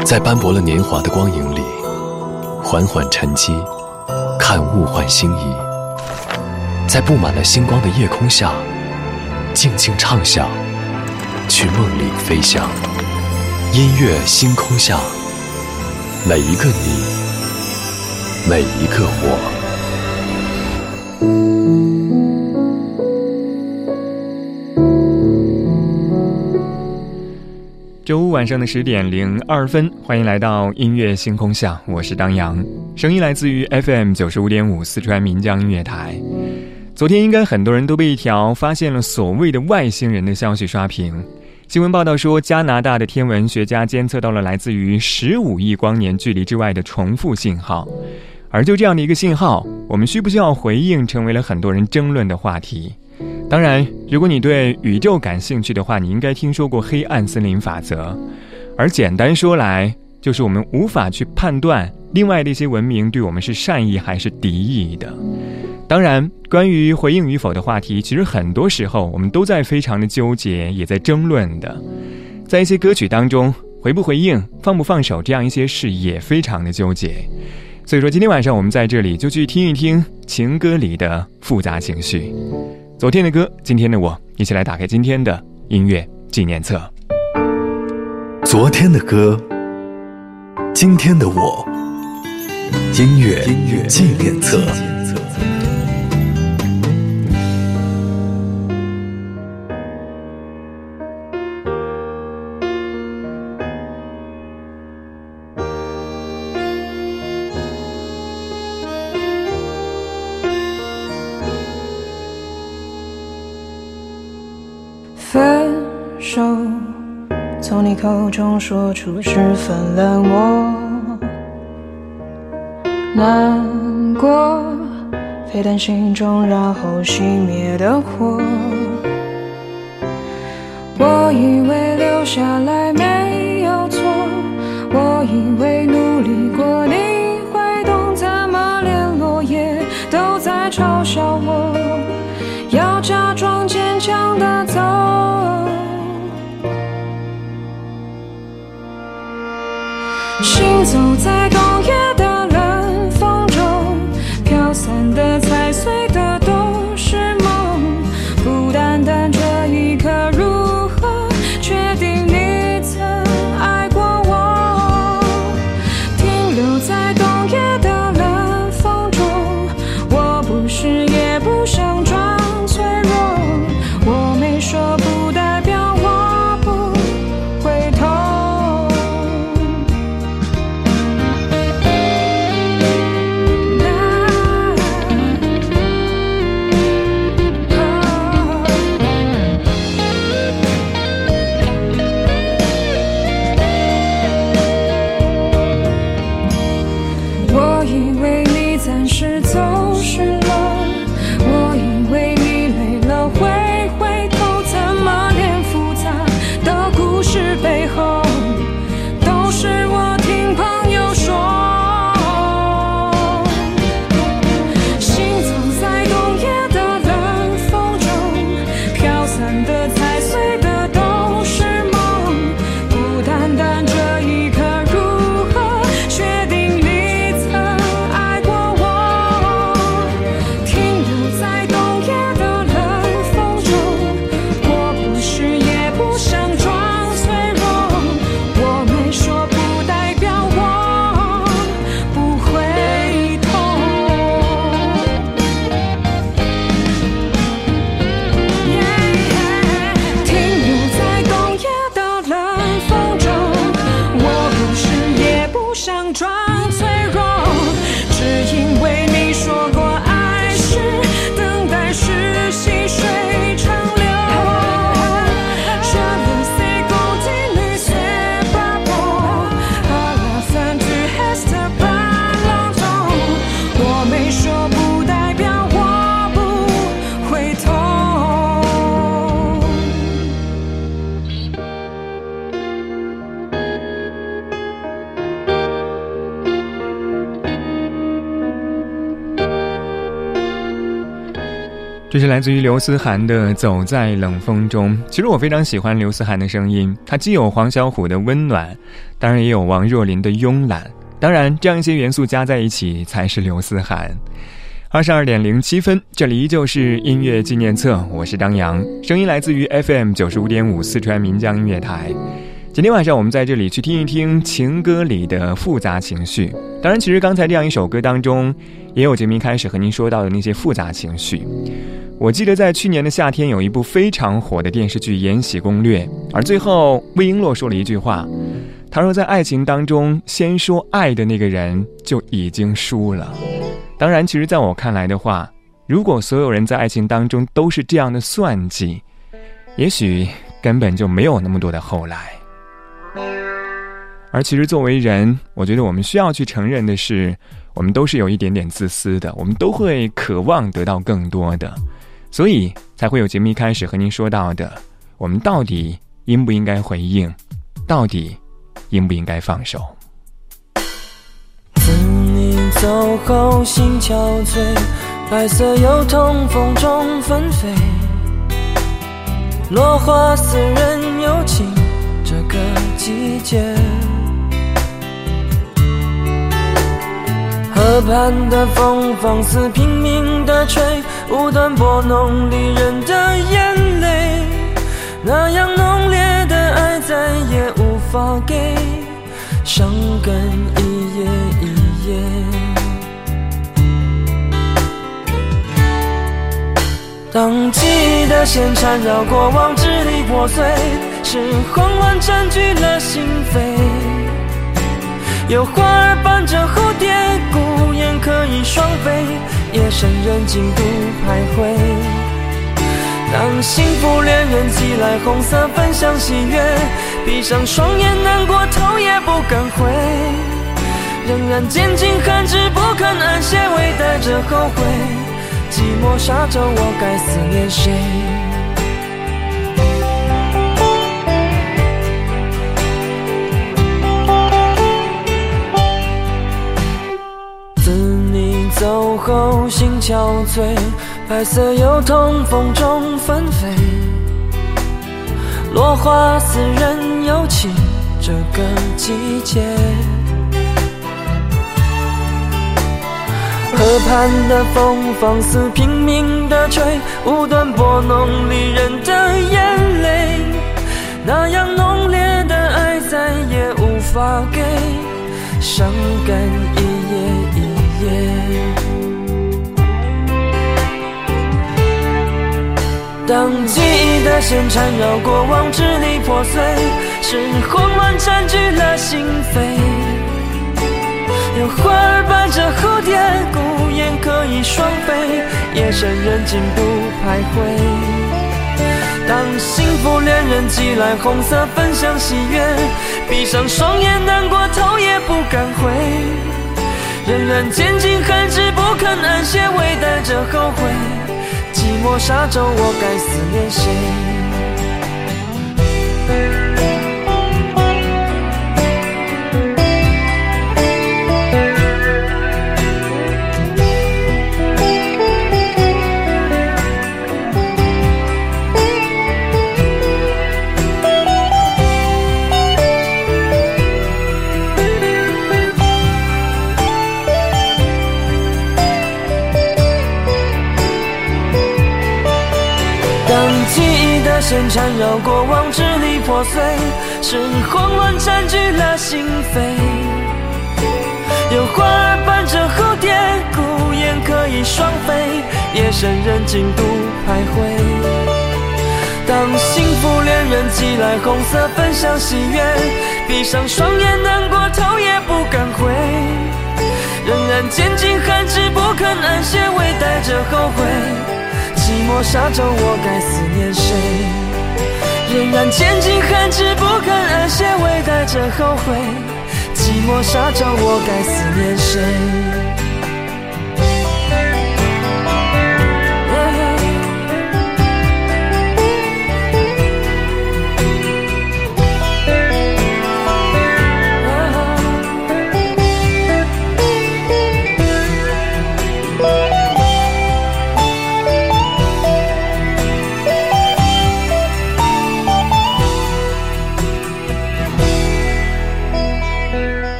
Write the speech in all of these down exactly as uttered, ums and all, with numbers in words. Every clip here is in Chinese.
在斑驳了年华的光影里，缓缓沉积，看物换星移。在布满了星光的夜空下，静静畅想，去梦里飞翔。音乐星空下，每一个你，每一个我。 周五晚上的十点零二分，欢迎来到音乐星空下，我是当阳，声音来自于 F M 九十五点五四川岷江音乐台。昨天应该很多人都被一条发现了所谓的外星人的消息刷屏。新闻报道说，加拿大的天文学家监测到了来自于十五亿光年距离之外的重复信号，而就这样的一个信号，我们需不需要回应，成为了很多人争论的话题。当然，如果你对宇宙感兴趣的话，你应该听说过黑暗森林法则，而简单说来，就是我们无法去判断另外的一些文明对我们是善意还是敌意的。当然，关于回应与否的话题，其实很多时候我们都在非常的纠结，也在争论的。在一些歌曲当中，回不回应，放不放手，这样一些事也非常的纠结。所以说今天晚上我们在这里就去听一听情歌里的复杂情绪。昨天的歌，今天的我，一起来打开今天的音乐纪念册。 昨天的歌，今天的我，音乐纪念册。 分手，从你口中说出十分冷漠，难过沸腾心中然后熄灭的火。我以为留下来没有错，我以为努力过你会懂，怎么连落叶都在嘲笑我，要假装坚强的走。行走在冬夜的冷风中，飘散的踩碎的都是梦，孤单单这一刻如何确定你曾爱过我？停留在冬夜的冷风中，我不是也不想装脆弱，我没说不代表我不会痛。 这是来自于刘思涵的《走在冷风中》。其实我非常喜欢刘思涵的声音，她既有黄小琥的温暖，当然也有王若琳的慵懒，当然这样一些元素加在一起才是刘思涵。二十二点零七分，这里依旧是音乐纪念册，我是张扬，声音来自于 F M 九十五点五四川岷江音乐台。今天晚上我们在这里去听一听情歌里的复杂情绪。当然其实刚才这样一首歌当中也有节目一开始和您说到的那些复杂情绪。我记得在去年的夏天有一部非常火的电视剧《延禧攻略》，而最后魏璎珞说了一句话，他说在爱情当中先说爱的那个人就已经输了。当然其实在我看来的话，如果所有人在爱情当中都是这样的算计，也许根本就没有那么多的后来。而其实作为人，我觉得我们需要去承认的是，我们都是有一点点自私的，我们都会渴望得到更多的，所以才会有节目一开始和您说到的，我们到底应不应该回应，到底应不应该放手。 自你走后心憔悴，白色油桐风中纷飞，落花似人有情这个季节，河畔的风放肆拼命地吹，无端拨弄离人的眼泪，那样浓烈的爱再也无法给，伤感一页一页。当记忆的线缠绕过往，支离破碎，是慌乱占据了心扉，有花儿伴着蝴蝶，孤雁可以双飞，夜深人静独徘徊。当幸福恋人寄来红色分享喜悦，闭上双眼难过头也不敢回，仍然坚尽寒枝不肯安歇，微带着后悔，寂寞沙洲我该思念谁？走后心憔悴，白色油桐风中纷飞，落花似人有情这个季节，河畔的风放肆拼命地吹，无端拨弄离人的眼泪，那样浓烈的爱再也无法给，伤感一页一页。当记忆的线缠绕过往，支离破碎，是慌乱占据了心扉，有花儿伴着蝴蝶，孤雁可以双飞，夜深人静独徘徊。当幸福恋人寄来红色分享喜悦，闭上双眼难过头也不敢回，仍然坚尽寒枝不肯安歇，微带着后悔，寂寞沙洲我该思念谁？线缠绕过往，支离破碎，是慌乱占据了心扉，有花儿伴着蝴蝶，孤雁可以双飞，夜深人静独徘徊。当幸福恋人寄来红色分享喜悦，闭上双眼难过头也不敢回，仍然坚尽寒枝不肯安歇，微带着后悔，寂寞沙洲我该思念谁？仍然坚尽寒枝不肯安歇，微带着后悔，寂寞沙洲我该思念谁？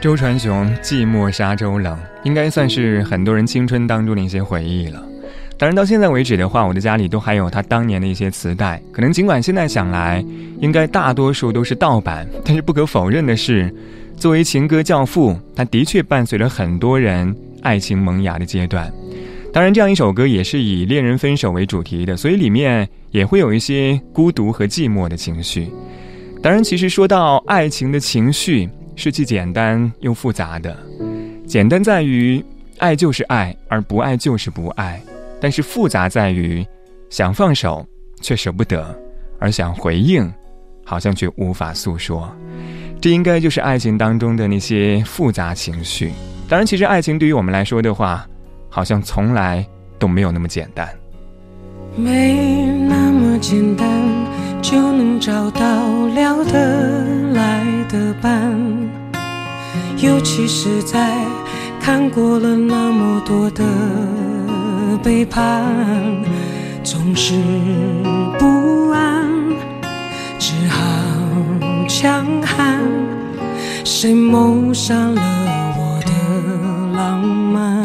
周传雄寂寞沙洲冷，应该算是很多人青春当中的一些回忆了。当然到现在为止的话，我的家里都还有他当年的一些磁带，可能尽管现在想来应该大多数都是盗版，但是不可否认的是，作为情歌教父，他的确伴随了很多人爱情萌芽的阶段。当然这样一首歌也是以恋人分手为主题的，所以里面也会有一些孤独和寂寞的情绪。当然其实说到爱情的情绪是既简单又复杂的，简单在于爱就是爱，而不爱就是不爱，但是复杂在于想放手却舍不得，而想回应好像却无法诉说。这应该就是爱情当中的那些复杂情绪。当然其实爱情对于我们来说的话，好像从来都没有那么简单。 没那么简单就能找到聊得来的伴，尤其是在看过了那么多的背叛，总是不安，只好强悍，谁谋杀了我的浪漫？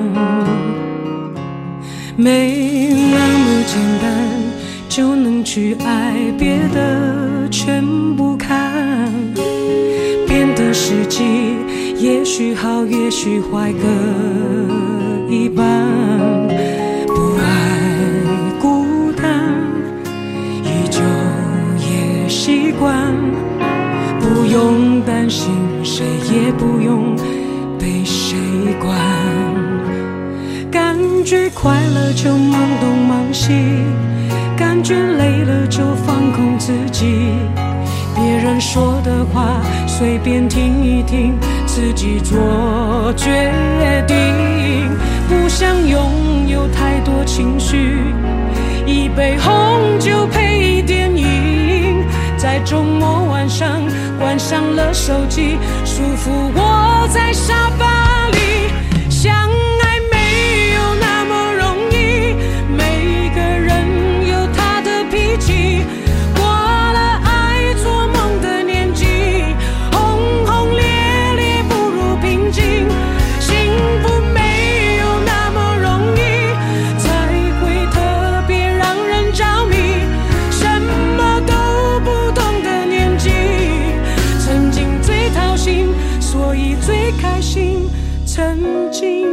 没那么简单就能去爱，别的全不看，变得实际，也许好也许坏各一半，不爱孤单依旧也习惯，不用担心谁也不用被谁管，感觉快乐就忙东忙西，感觉累了就放空自己，别人说的话随便听一听，自己做决定，不想拥有太多情绪，一杯红酒配电影，在周末晚上关上了手机，舒服窝在沙发里。相爱没有那么容易，每个人有他的脾气，过了爱做梦的年纪，轰轰烈烈不如平静，幸福没有那么容易，才会特别让人着迷，什么都不懂的年纪，曾经最掏心，所以最开心，曾经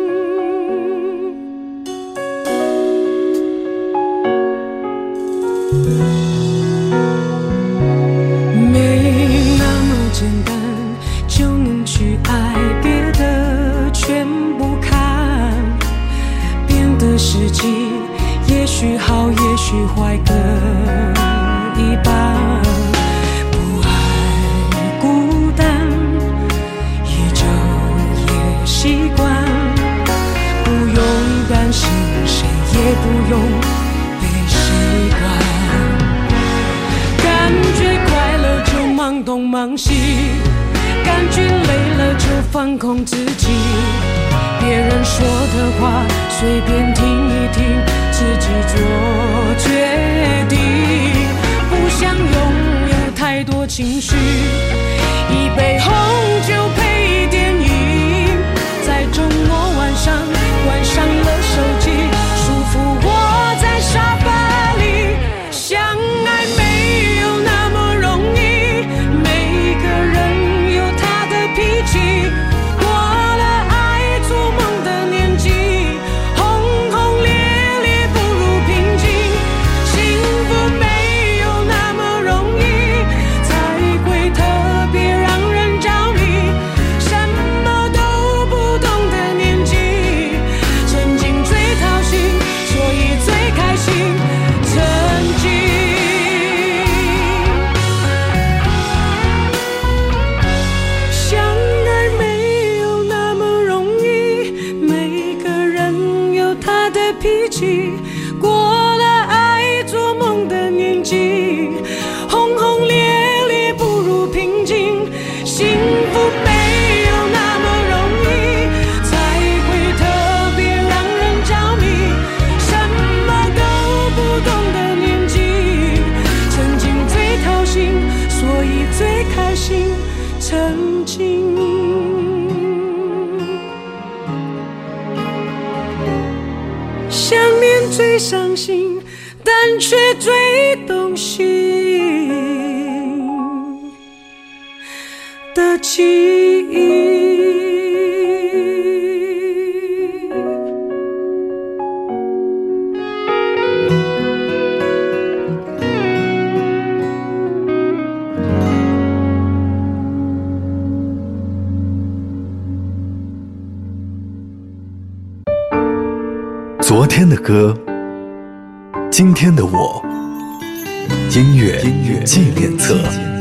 没那么简单就能去爱，别的全不看，变得实际，也许好也许坏各一半，不爱孤单依旧也习惯，不用担心谁也不用被谁管，感觉快乐就忙东忙西，感觉累了就放空自己，别人说的话随便听一听，自己做决定，不想拥有太多情绪，一杯红酒配电影，在周末晚上关上了手机，舒服窝在沙发里。相爱没有那么容易，每个人有他的脾气，过了爱做梦的年纪，轰轰烈烈不如平静，幸福没有那么容易，才会特别让人着迷，什么都不懂的年纪，曾经最掏心，所以最开心，曾经相爱没有那么容易，每个人有他的脾气，过了爱做梦的年纪，轰轰烈烈不如平静，幸福没有那么容易，才会特别让人着迷，什么都不懂的年纪，曾经最掏心，所以最开心，曾经虽伤心，但却最动心的记忆。 昨天的歌，今天的我，音乐纪念册。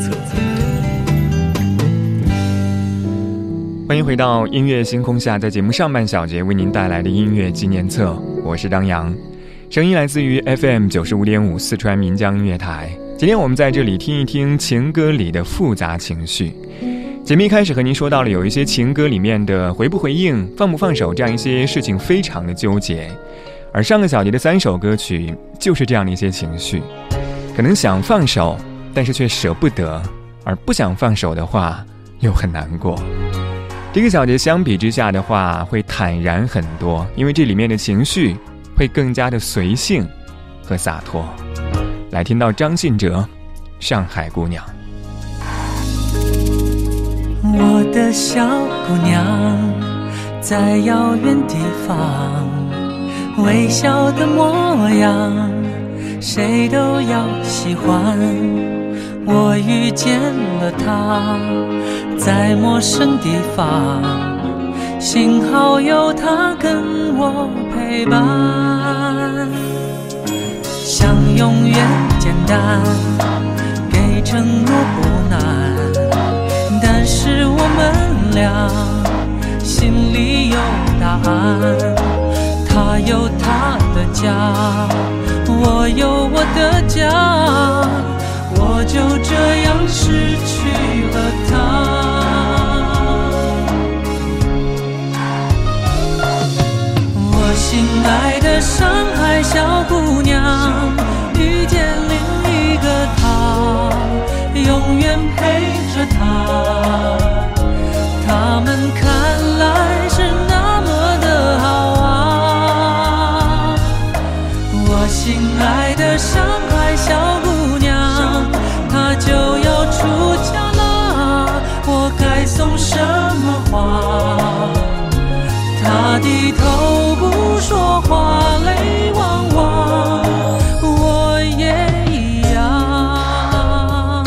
欢迎回到音乐星空下，在节目上半小节为您带来的音乐纪念册，我是张扬，声音来自于 F M 九十五点五四川岷江音乐台。今天我们在这里听一听情歌里的复杂情绪。节目一开始和您说到了，有一些情歌里面的回不回应、放不放手这样一些事情非常的纠结，而上个小节的三首歌曲就是这样的一些情绪，可能想放手，但是却舍不得，而不想放手的话又很难过。这个小节相比之下的话会坦然很多，因为这里面的情绪会更加的随性和洒脱。来听到张信哲《上海姑娘》。 我的小姑娘在遥远地方，微笑的模样谁都要喜欢。我遇见了她，在陌生地方，幸好有她跟我陪伴。想永远简单，给承诺不难，但是我们俩心里有答案。他有他的家，我有我的家，我就这样失去了他。我心爱的上海小姑娘，遇见另一个他，永远陪着他，他们看来是那么的好啊。我心爱的上海小姑娘，她就要出嫁了，我该送什么花？她低头不说话，泪汪汪，我也一样。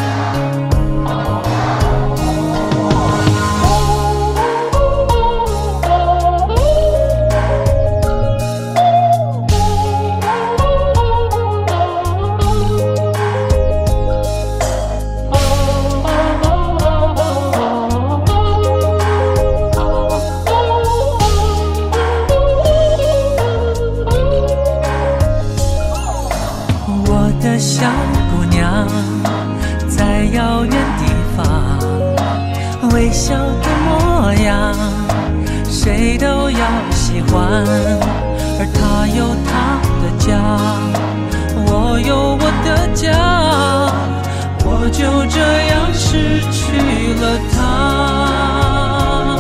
小姑娘在遥远地方，微笑的模样谁都要喜欢。而她有她的家，我有我的家，我就这样失去了她。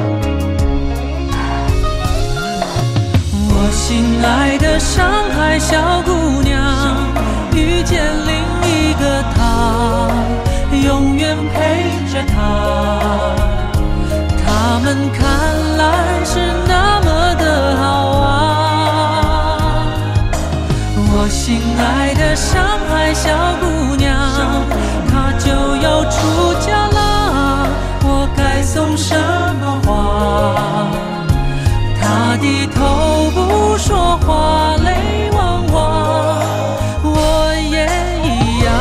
我心爱的上海小姑娘，遇见另一个他，永远陪着他，他们看来是那么的好啊。我心爱的上海小姑娘，她就要出嫁了，我该送什么花？她低头不说话，泪汪汪，我也一样。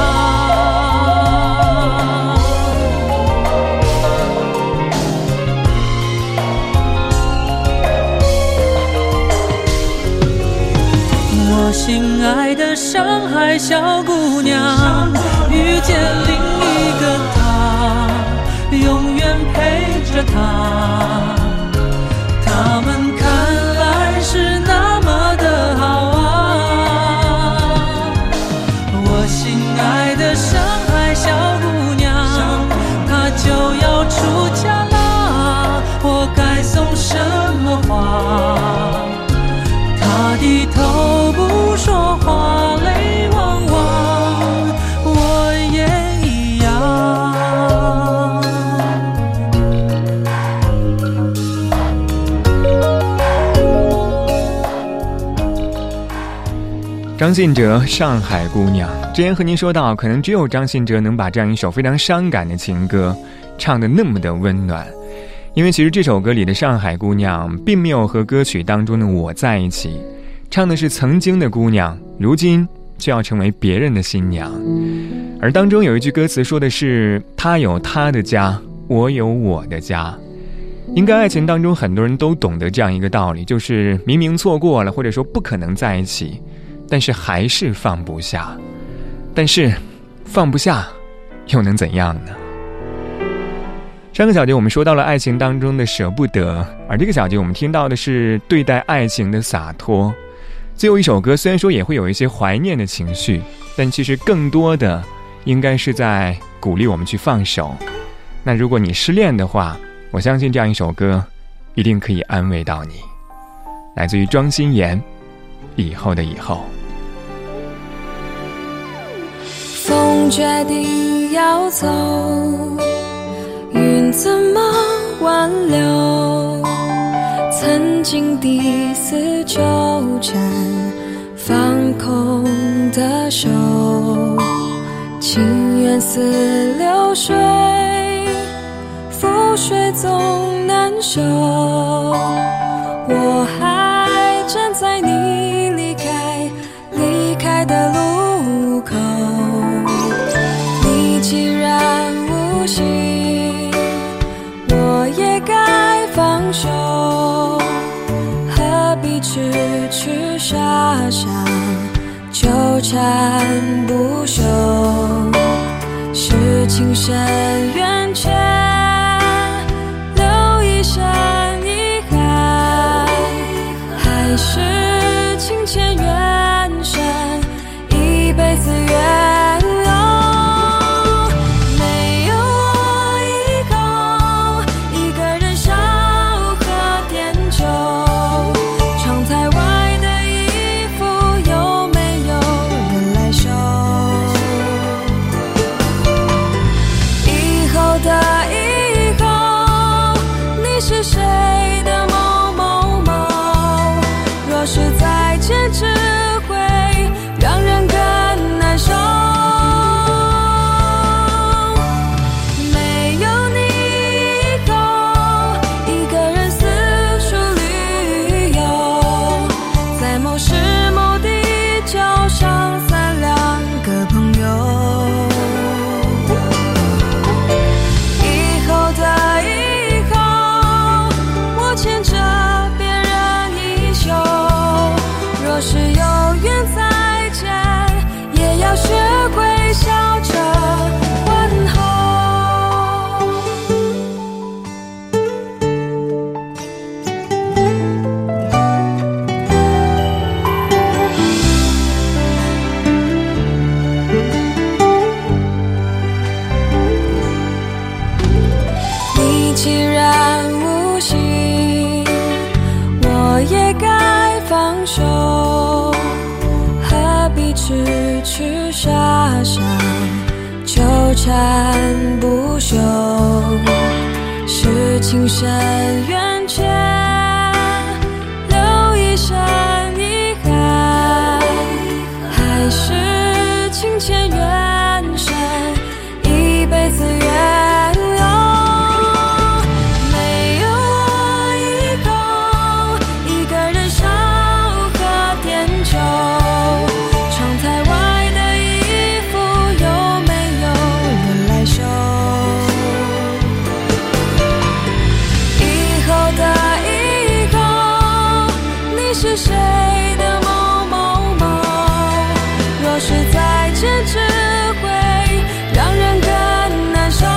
我心爱的上海小姑娘，遇见另一个他，永远陪着他，他们看来是那么的好啊。我心爱的上海小姑娘，她就要出嫁了，我该送什么花？她低头张信哲《上海姑娘》，之前和您说到，可能只有张信哲能把这样一首非常伤感的情歌唱得那么的温暖，因为其实这首歌里的上海姑娘并没有和歌曲当中的我在一起，唱的是曾经的姑娘，如今就要成为别人的新娘。而当中有一句歌词说的是，他有他的家，我有我的家。应该爱情当中很多人都懂得这样一个道理，就是明明错过了，或者说不可能在一起，但是还是放不下。但是放不下又能怎样呢？上个小节我们说到了爱情当中的舍不得，而这个小节我们听到的是对待爱情的洒脱。最后一首歌虽然说也会有一些怀念的情绪，但其实更多的应该是在鼓励我们去放手。那如果你失恋的话，我相信这样一首歌一定可以安慰到你。来自于庄心妍，以后的以后。 风决定要走，云怎么挽留？曾经第四纠缠，放空的手，情缘似流水，覆水总难收。我还站在你离开离开的路口，你既然无心，我也该放手，何必痴痴傻傻纠缠不休？是情深缘浅，留一身遗憾，还是情浅缘深，一辈子缘由？没有我以后，一个人少喝点酒，窗台外的衣服有没有人来收？以后的以后，你是谁的某某某？若是再见，只会让人更难受。没有你以后，一个人四处旅游，在某时某地就剩三两个朋友。以后的以后，我牵着别人衣袖，若是有缘再见，也要学会笑着问候。你既然无心，我也该放手，何必痴痴傻傻纠缠不休？是情深缘浅，留一身遗憾，还是情浅缘深，一辈子缘由？没有我以后，一个人少喝点酒，窗台外的衣服有没有人来收？以后的以后，你是谁的某某某？若是再见，只会让人更难受。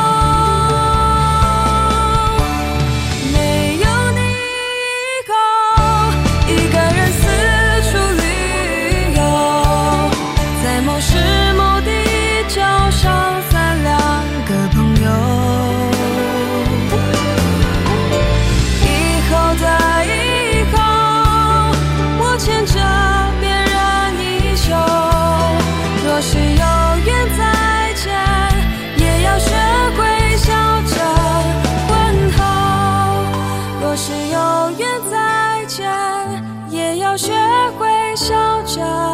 没有你以后，一个人四处旅游，在某时某地就剩三两个朋友。以后的以后，我牵着别人衣袖，若是有缘再见，也要学会笑着问候。若是有缘再见，也要学会笑着